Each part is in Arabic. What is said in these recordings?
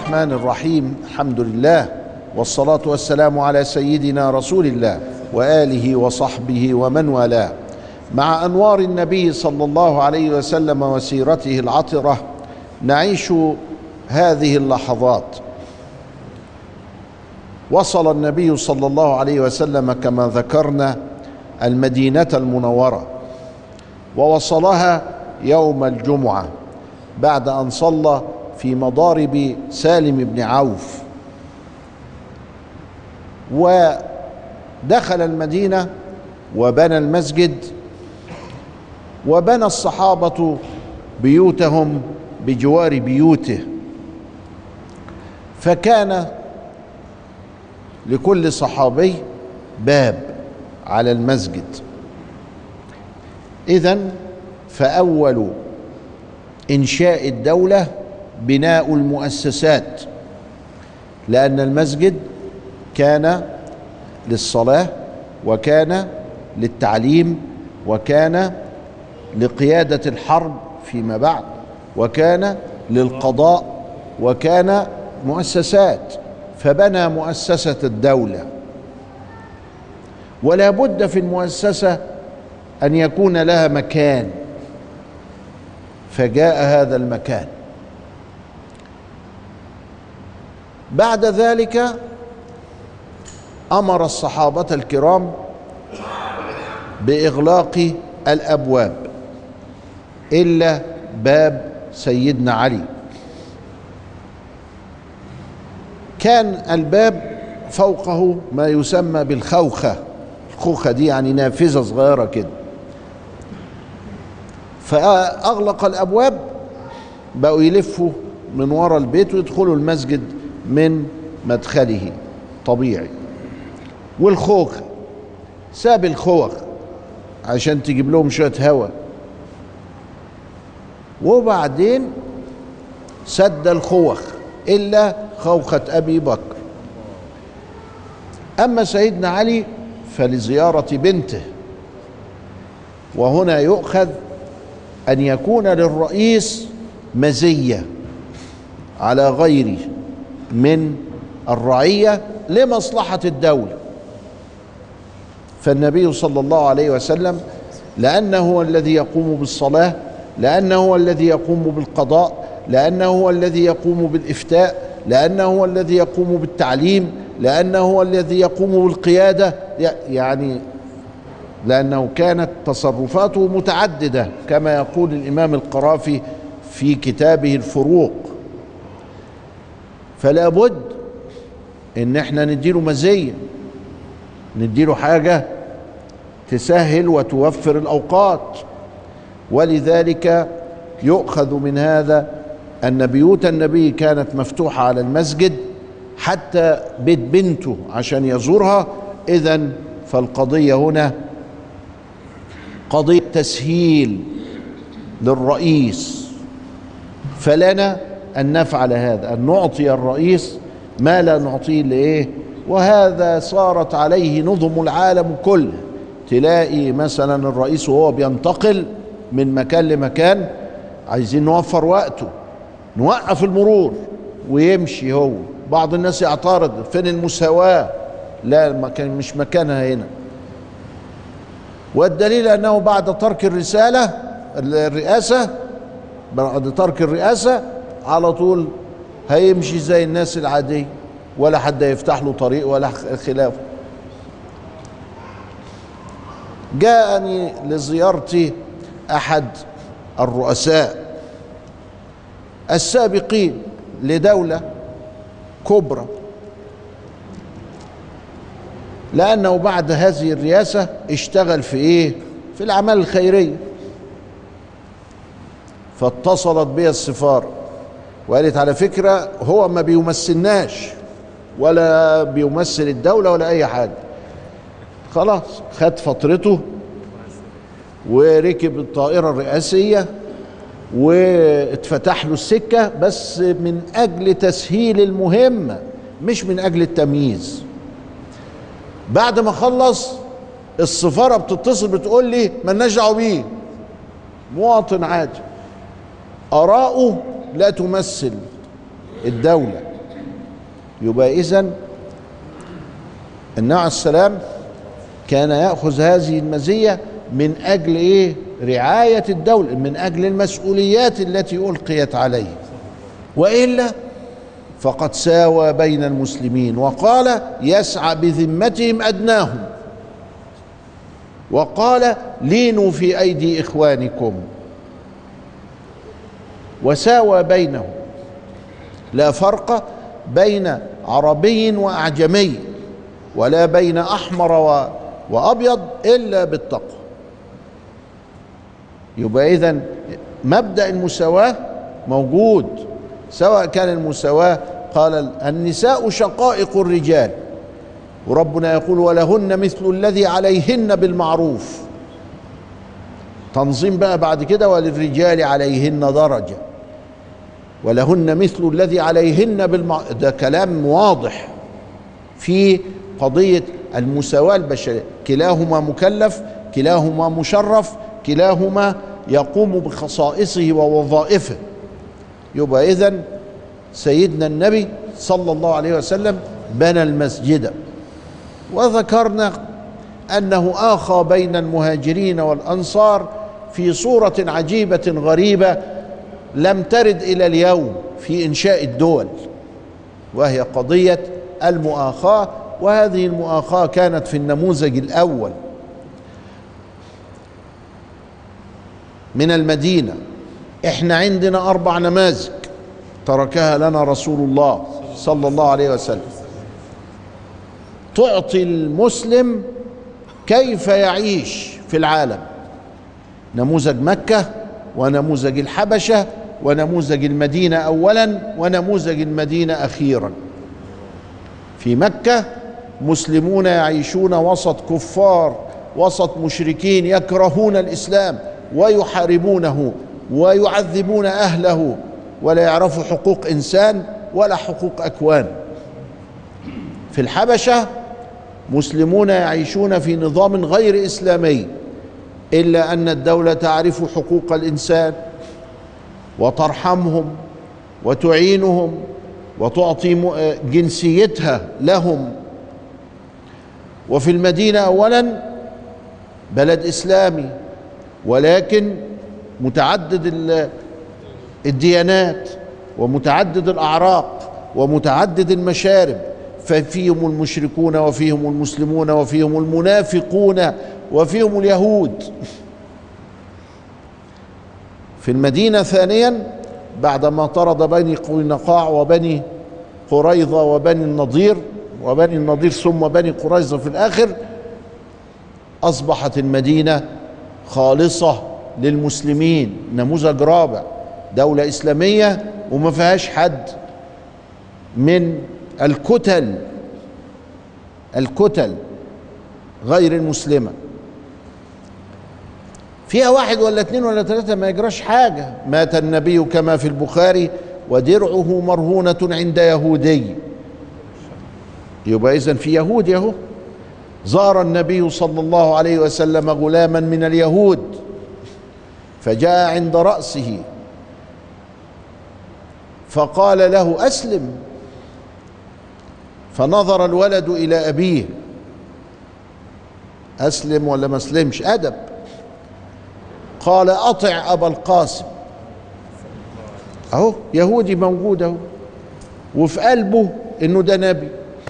الرحمن الرحيم. الحمد لله والصلاة والسلام على سيدنا رسول الله وآله وصحبه ومن والاه. مع أنوار النبي صلى الله عليه وسلم وسيرته العطرة نعيش هذه اللحظات. وصل النبي صلى الله عليه وسلم كما ذكرنا المدينة المنورة، ووصلها يوم الجمعة بعد أن صلى في مضارب سالم بن عوف، ودخل المدينة وبنى المسجد، وبنى الصحابة بيوتهم بجوار بيوته، فكان لكل صحابي باب على المسجد. إذن فأول إنشاء الدولة بناء المؤسسات، لأن المسجد كان للصلاة وكان للتعليم وكان لقيادة الحرب فيما بعد وكان للقضاء وكان مؤسسات، فبنى مؤسسة الدولة. ولا بد في المؤسسة أن يكون لها مكان، فجاء هذا المكان. بعد ذلك أمر الصحابة الكرام بإغلاق الأبواب إلا باب سيدنا علي. كان الباب فوقه ما يسمى بالخوخة، الخوخة دي يعني نافذة صغيرة كده، فأغلق الأبواب، بقوا يلفوا من وراء البيت ويدخلوا المسجد من مدخله طبيعي. والخوخ ساب الخوخ عشان تجيب لهم شوية هواء، وبعدين سد الخوخ إلا خوخة أبي بكر. أما سيدنا علي فلزيارة بنته، وهنا يؤخذ أن يكون للرئيس مزية على غيره من الرعية لمصلحة الدولة. فالنبي صلى الله عليه وسلم لأنه هو الذي يقوم بالصلاة، لأنه هو الذي يقوم بالقضاء، لأنه هو الذي يقوم بالإفتاء، لأنه هو الذي يقوم بالتعليم، لأنه هو الذي يقوم بالقيادة، يعني لأنه كانت تصرفاته متعددة كما يقول الإمام القرافي في كتابه الفروق. فلا بد إن احنا نديله مزية، نديله حاجة تسهل وتوفر الأوقات. ولذلك يؤخذ من هذا أن بيوت النبي كانت مفتوحة على المسجد حتى بيت بنته عشان يزورها. إذن فالقضية هنا قضية تسهيل للرئيس، فلنا أن نفعل هذا، أن نعطي الرئيس ما لا نعطيه لإيه. وهذا صارت عليه نظم العالم كله. تلاقي مثلا الرئيس وهو بينتقل من مكان لمكان عايزين نوفر وقته، نوقف المرور ويمشي هو. بعض الناس يعترض، فين المساواة؟ لا، مش مكانها هنا. والدليل أنه بعد ترك الرئاسة بعد ترك الرئاسة على طول هيمشي زي الناس العادية، ولا حد يفتح له طريق ولا خلافه. جاءني لزيارتي أحد الرؤساء السابقين لدولة كبرى، لأنه بعد هذه الرئاسة اشتغل في إيه؟ في الأعمال الخيرية. فاتصلت بي السفارة وقالت على فكرة هو ما بيمثلناش ولا بيمثل الدولة ولا أي حاجة، خلاص خد فترته وركب الطائرة الرئاسية واتفتح له السكة، بس من أجل تسهيل المهمة مش من أجل التمييز. بعد ما خلص السفارة بتتصل بتقول لي مالناش دعوة بيه، مواطن عادي، آراؤه لا تمثل الدولة يبقى إذن النبي عليه السلام كان يأخذ هذه المزية من أجل إيه؟ رعاية الدولة، من أجل المسؤوليات التي ألقيت عليه، وإلا فقد ساوى بين المسلمين، وقال يسعى بذمتهم أدناهم، وقال لينوا في أيدي إخوانكم، وساوى بينهم. لا فرق بين عربي وأعجمي، ولا بين أحمر وأبيض إلا بالتقوى. يبقى إذن مبدأ المساواة موجود، سواء كان المساواة قال النساء شقائق الرجال، وربنا يقول ولهن مثل الذي عليهن بالمعروف. تنظيم بقى بعد كده وللرجال عليهن درجة، ولهن مثل الذي عليهن بالمعروف. ده كلام واضح في قضية المساواة البشرية، كلاهما مكلف، كلاهما مشرف، كلاهما يقوم بخصائصه ووظائفه. يبقى إذن سيدنا النبي صلى الله عليه وسلم بنى المسجد، وذكرنا أنه آخى بين المهاجرين والأنصار في صورة عجيبة غريبة لم ترد إلى اليوم في إنشاء الدول، وهي قضية المؤاخاة. وهذه المؤاخاة كانت في النموذج الأول من المدينة. احنا عندنا 4 نماذج تركها لنا رسول الله صلى الله عليه وسلم تعطي المسلم كيف يعيش في العالم: نموذج مكة، ونموذج الحبشة، ونموذج المدينة أولا، ونموذج المدينة أخيرا. في مكة مسلمون يعيشون وسط كفار، وسط مشركين يكرهون الإسلام ويحاربونه ويعذبون أهله، ولا يعرفوا حقوق إنسان ولا حقوق أكوان. في الحبشة مسلمون يعيشون في نظام غير إسلامي، إلا أن الدولة تعرف حقوق الإنسان وترحمهم وتعينهم وتعطي جنسيتها لهم. وفي المدينة أولا بلد إسلامي، ولكن متعدد الديانات ومتعدد الأعراق ومتعدد المشارب، ففيهم المشركون وفيهم المسلمون وفيهم المنافقون وفيهم اليهود. في المدينة ثانيا بعدما طرد بني قينقاع وبني قريظة وبني النضير ثم بني قريظة في الآخر، أصبحت المدينة خالصة للمسلمين، نموذج رابع، دولة إسلامية وما فيهاش حد من الكتل غير المسلمة. فيها 1 ولا 2 ولا 3 ما يجراش حاجة. مات النبي كما في البخاري ودرعه مرهونة عند يهودي. يبقى إذن في يهود يهو. زار النبي صلى الله عليه وسلم غلاما من اليهود فجاء عند رأسه فقال له أسلم، فنظر الولد إلى أبيه: أسلم ولا ما أسلمش؟ أدب. قال: أطع أبا القاسم. أهو يهودي موجود أهو، وفي قلبه إنه ده نبي.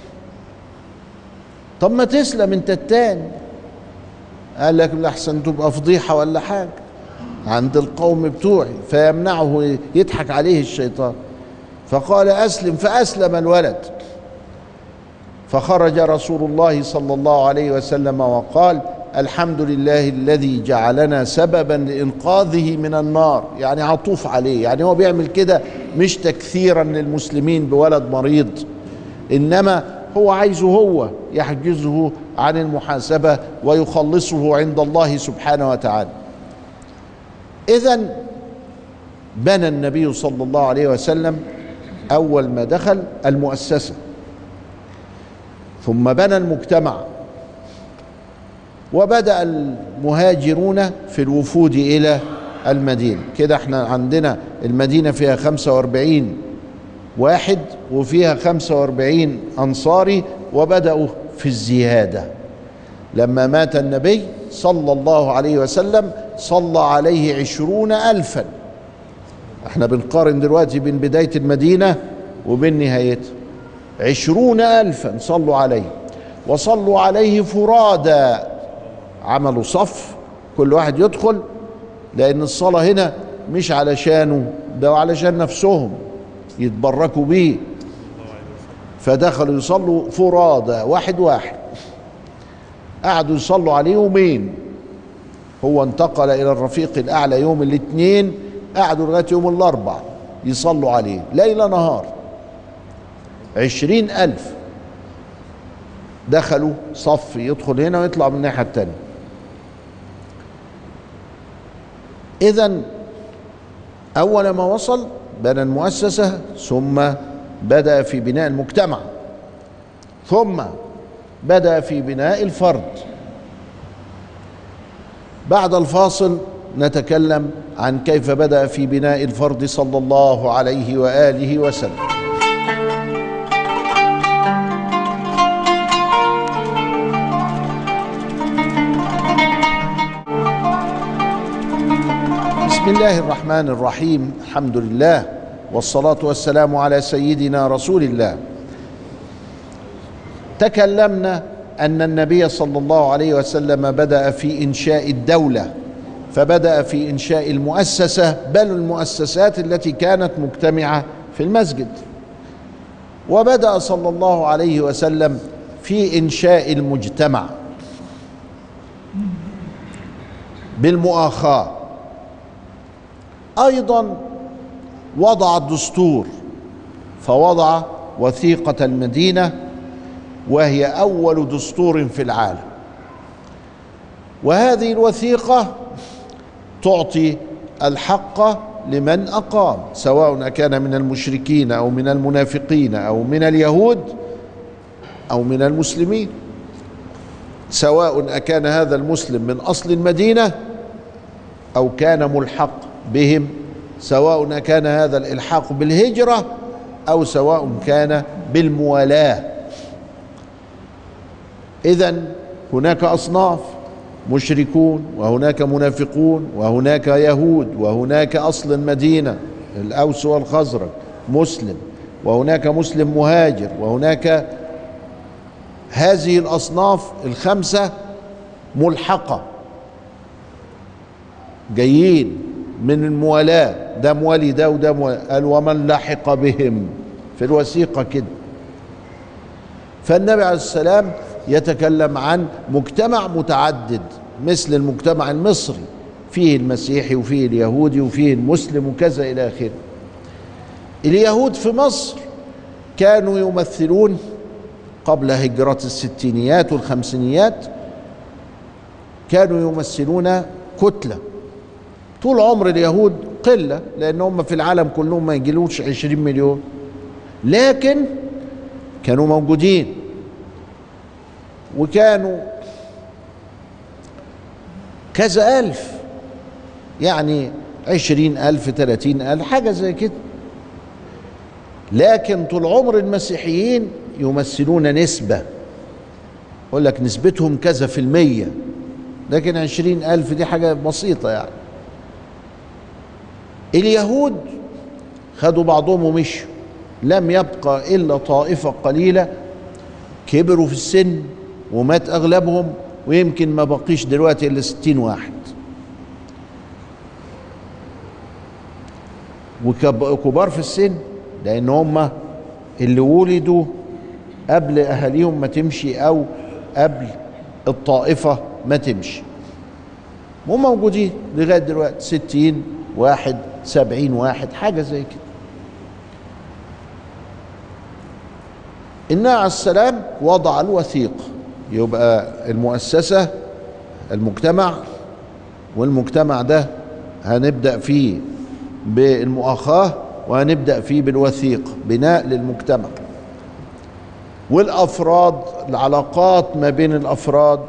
طب ما تسلم أنت التاني. قال لك لحسن تبقى فضيحة ولا حاجة عند القوم بتوعي، فيمنعه، يضحك عليه الشيطان. فقال: أسلم، فأسلم الولد. فخرج رسول الله صلى الله عليه وسلم وقال: الحمد لله الذي جعلنا سببا لإنقاذه من النار. يعني عطوف عليه، يعني هو بيعمل كده مش تكثيرا للمسلمين بولد مريض، إنما هو عايزه هو يحجزه عن المحاسبة ويخلصه عند الله سبحانه وتعالى. إذن بنى النبي صلى الله عليه وسلم أول ما دخل المؤسسة، ثم بنى المجتمع، وبدأ المهاجرون في الوفود إلى المدينة. كده احنا عندنا المدينة فيها 45 واحد وفيها 45 أنصاري، وبدأوا في الزيادة. لما مات النبي صلى الله عليه وسلم صلى عليه 20,000. احنا بنقارن دلوقتي بين بداية المدينة وبين نهايتها. 20,000 صلوا عليه، وصلوا عليه فرادى، عملوا صف كل واحد يدخل، لأن الصلاة هنا مش علشانه ده، علشان نفسهم يتبركوا بيه، فدخلوا يصلوا فرادى واحد واحد. قعدوا يصلوا عليه يومين. هو انتقل إلى الرفيق الأعلى يوم الاثنين، قعدوا لغاية يوم الأربع يصلوا عليه ليل نهار. 20,000 دخلوا صف، يدخل هنا ويطلع من الناحية التانية. إذن أول ما وصل بنى المؤسسة، ثم بدأ في بناء المجتمع، ثم بدأ في بناء الفرد. بعد الفاصل نتكلم عن كيف بدأ في بناء الفرد صلى الله عليه وآله وسلم. بسم الله الرحمن الرحيم. الحمد لله والصلاة والسلام على سيدنا رسول الله. تكلمنا أن النبي صلى الله عليه وسلم بدأ في إنشاء الدولة، فبدأ في إنشاء المؤسسة، بل المؤسسات التي كانت مجتمعة في المسجد. وبدأ صلى الله عليه وسلم في إنشاء المجتمع بالمؤاخاة. أيضا وضع الدستور، فوضع وثيقة المدينة، وهي أول دستور في العالم. وهذه الوثيقة تعطي الحق لمن أقام، سواء كان من المشركين أو من المنافقين أو من اليهود أو من المسلمين، سواء أكان هذا المسلم من أصل المدينة أو كان ملحق بهم، سواء كان هذا الإلحاق بالهجرة أو سواء كان بالموالاة. إذن هناك أصناف: مشركون، وهناك منافقون، وهناك يهود، وهناك أصل المدينة الأوس والخزرج مسلم، وهناك مسلم مهاجر، وهناك هذه الأصناف الخمسة ملحقة، جايين من الموالاة، ده موالي ده وده موالي. قال ومن لحق بهم في الوثيقة كده. فالنبي عليه السلام يتكلم عن مجتمع متعدد مثل المجتمع المصري، فيه المسيحي وفيه اليهودي وفيه المسلم وكذا إلى آخره. اليهود في مصر كانوا يمثلون قبل هجرة الستينيات والخمسينيات، كانوا يمثلون كتلة. طول عمر اليهود قلة، لأن هم في العالم كلهم ما يجيلوش 20 مليون، لكن كانوا موجودين، وكانوا كذا ألف، يعني 20,000 30,000 حاجة زي كده. لكن طول عمر المسيحيين يمثلون نسبة، يقول لك نسبتهم كذا في المية، لكن 20,000 دي حاجة بسيطة يعني. اليهود خدوا بعضهم ومشوا، لم يبقى إلا طائفة قليلة كبروا في السن ومات أغلبهم، ويمكن ما بقيش دلوقتي إلا 60 واحد، وكبار في السن، لأن هم اللي ولدوا قبل أهاليهم ما تمشي أو قبل الطائفة ما تمشي، هم موجودين لغاية دلوقتي 60 واحد 70 واحد حاجة زي كده. النبي عليه السلام وضع الوثيقة، يبقى المؤسسة المجتمع، والمجتمع ده هنبدأ فيه بالمؤاخاة، وهنبدأ فيه بالوثيقة، بناء للمجتمع. والأفراد، العلاقات ما بين الأفراد،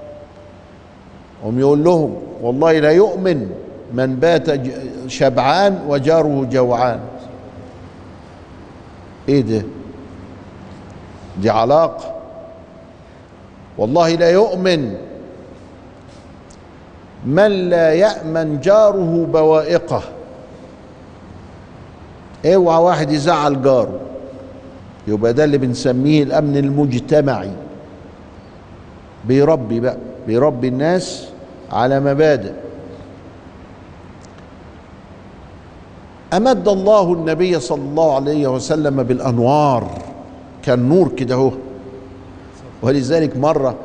هم يقول لهم والله لا يؤمن من بات شبعان وجاره جوعان. ايه ده؟ دي علاقة. والله لا يؤمن من لا يأمن جاره بوائقه. اوعى واحد يزعل جاره. يبقى ده اللي بنسميه الأمن المجتمعي. بيربي الناس على مبادئ. أمد الله النبي صلى الله عليه وسلم بالأنوار، كان نور كده اهو. ولذلك مرة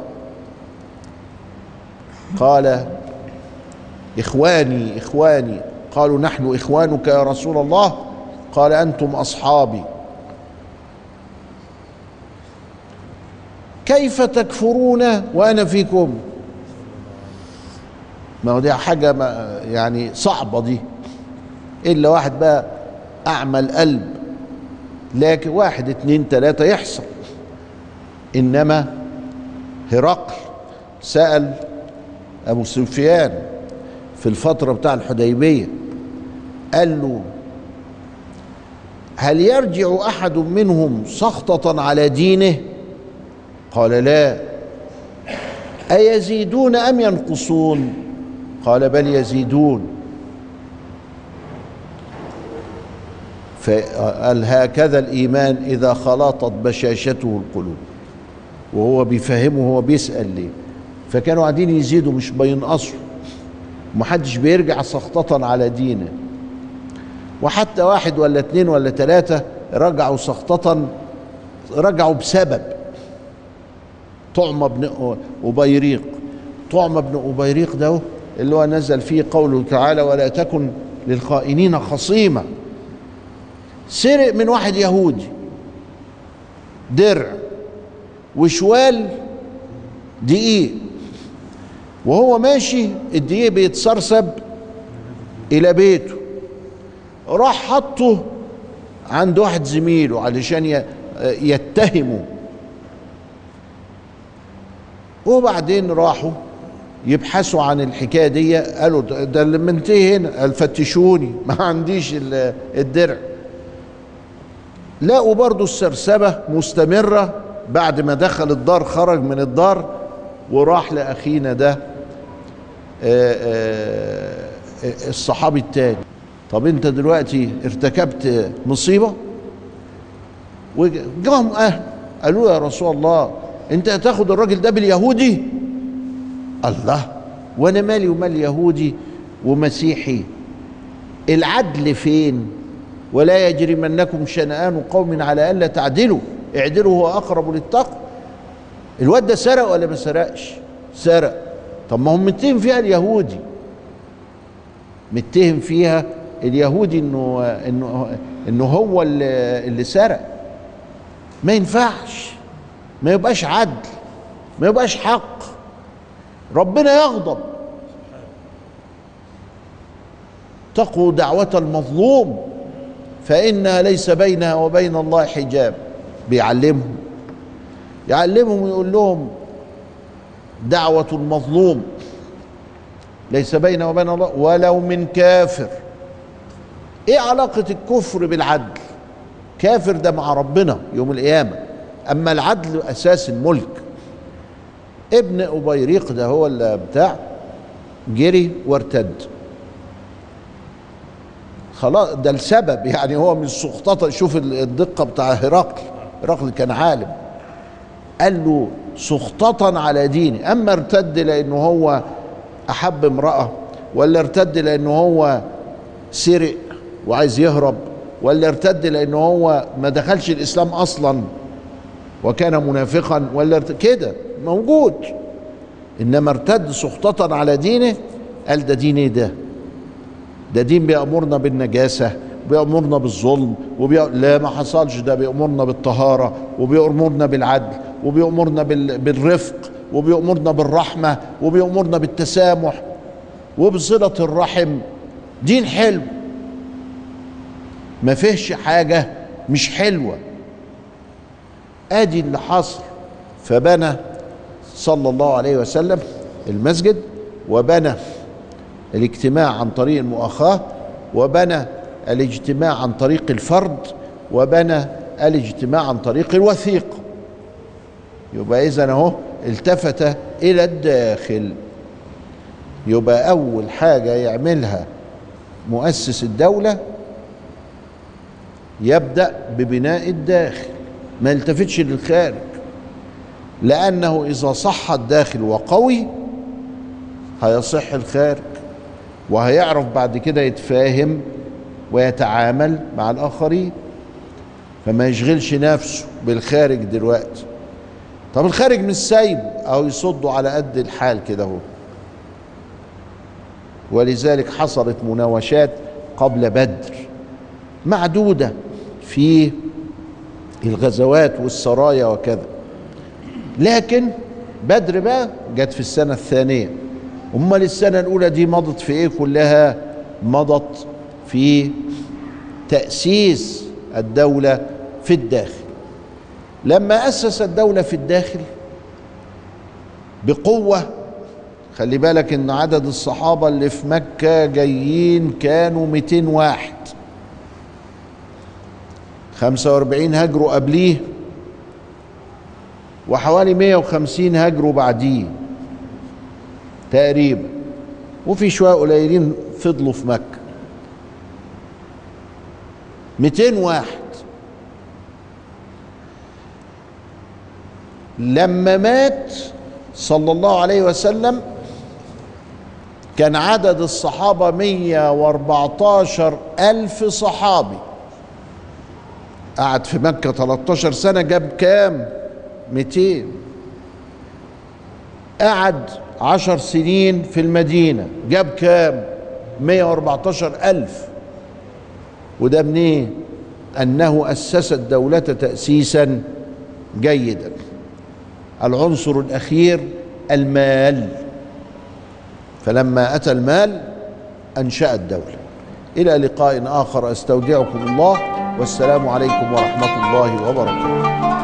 قال إخواني إخواني، قالوا نحن إخوانك يا رسول الله، قال أنتم أصحابي. كيف تكفرون وأنا فيكم؟ ما هو دي حاجة يعني صعبة دي، إلا واحد بقى أعمى القلب، لكن 1 2 3 يحصل. إنما هرقل سأل أبو سفيان في الفترة بتاع الحديبية، قال له هل يرجع أحد منهم سخطة على دينه؟ قال لا. أيزيدون أم ينقصون؟ قال بل يزيدون. فقال هكذا الإيمان إذا خلطت بشاشته القلوب. وهو بيفهمه، هو بيسأل ليه، فكانوا قاعدين يزيدوا مش بينقصوا. محدش بيرجع سخطة على دينه. وحتى 1 ولا 2 ولا 3 رجعوا سخطة، رجعوا بسبب. طعم بن أبيريق. طعم بن أبيريق ده اللي هو نزل فيه قوله تعالى ولا تكن للخائنين خصيما. سرق من واحد يهودي درع وشوال دقيق، وهو ماشي الدقيق بيتسرسب إلى بيته، راح حطه عند واحد زميله علشان يتهمه. وبعدين راحوا يبحثوا عن الحكايه دي، قالوا ده اللي منتهي هنا، قال فتشوني ما عنديش الدرع. لقوا برضو السرسبه مستمره. بعد ما دخل الدار خرج من الدار وراح لاخينا ده الصحابي التاني. طب انت دلوقتي ارتكبت مصيبه. وجاهم قالوا يا رسول الله انت هتاخد الراجل ده باليهودي؟ الله، وانا مالي ومال يهودي ومسيحي؟ العدل فين؟ ولا يجرمنكم شنآن قوم على الا تعدلوا اعدلوا هو اقرب للتقوى. الواد ده سرق ولا ما سرقش؟ سرق. طب ما هم متهم فيها اليهودي، متهم فيها اليهودي انه هو اللي سرق. ما ينفعش، ما يبقاش عدل، ما يبقاش حق، ربنا يغضب. اتقوا دعوة المظلوم فإنها ليس بينها وبين الله حجاب. بيعلمهم، يعلمهم ويقول لهم دعوة المظلوم ليس بينها وبين الله ولو من كافر. ايه علاقة الكفر بالعدل؟ كافر ده مع ربنا يوم القيامة، اما العدل اساس الملك. ابن أبيريق ده هو اللي بتاع جري وارتد. خلاص ده السبب، يعني هو من سخطته. شوف الدقة بتاع هرقل كان عالم. قال له سخطة على ديني. اما ارتد لانه هو احب امرأة، ولا ارتد لانه هو سرق وعايز يهرب، ولا ارتد لانه هو ما دخلش الاسلام اصلا وكان منافقا، ولا كده موجود. انما ارتد سخطة على دينه، قال ده دين ايه ده دين بيأمرنا بالنجاسة، بيأمرنا بالظلم، لا ما حصلش. ده بيأمرنا بالطهارة، وبيأمرنا بالعدل، وبيأمرنا بالرفق، وبيأمرنا بالرحمة، وبيأمرنا بالتسامح وبصلة الرحم. دين حلو، ما فيهش حاجة مش حلوة. ادي اللي حصل. فبنى صلى الله عليه وسلم المسجد، وبنى الاجتماع عن طريق المؤاخاة، وبنى الاجتماع عن طريق الفرد، وبنى الاجتماع عن طريق الوثيقة. يبقى إذن اهو التفت إلى الداخل. يبقى أول حاجة يعملها مؤسس الدولة يبدأ ببناء الداخل، ما يلتفتش للخارج، لأنه إذا صح الداخل وقوي هيصح الخارج، وهيعرف بعد كده يتفاهم ويتعامل مع الآخرين، فما يشغلش نفسه بالخارج دلوقتي. طب الخارج مش سايبه أو يصده على قد الحال كده هو. ولذلك حصلت مناوشات قبل بدر معدودة في الغزوات والسرايا وكذا، لكن بدر بقى جت في السنة الثانية. أمال السنة الأولى دي مضت في إيه كلها؟ مضت في تأسيس الدولة في الداخل. لما أسس الدولة في الداخل بقوة، خلي بالك إن عدد الصحابة اللي في مكة جايين كانوا 200 واحد، 45 هاجروا قبليه وحوالي 150 هاجروا بعديه تقريبا، وفي شوية قليلين فضلوا في مكة. 200 واحد. لما مات صلى الله عليه وسلم كان عدد الصحابة 114 ألف صحابي. قعد في مكة 13 سنة، جاب كام؟ 200. قعد 10 سنين في المدينة، جاب كام؟ 114 ألف. وده منين؟ أنه أسس الدولة تأسيسا جيدا. العنصر الأخير المال، فلما أتى المال أنشأ الدولة. إلى لقاء آخر، أستودعكم الله، والسلام عليكم ورحمة الله وبركاته.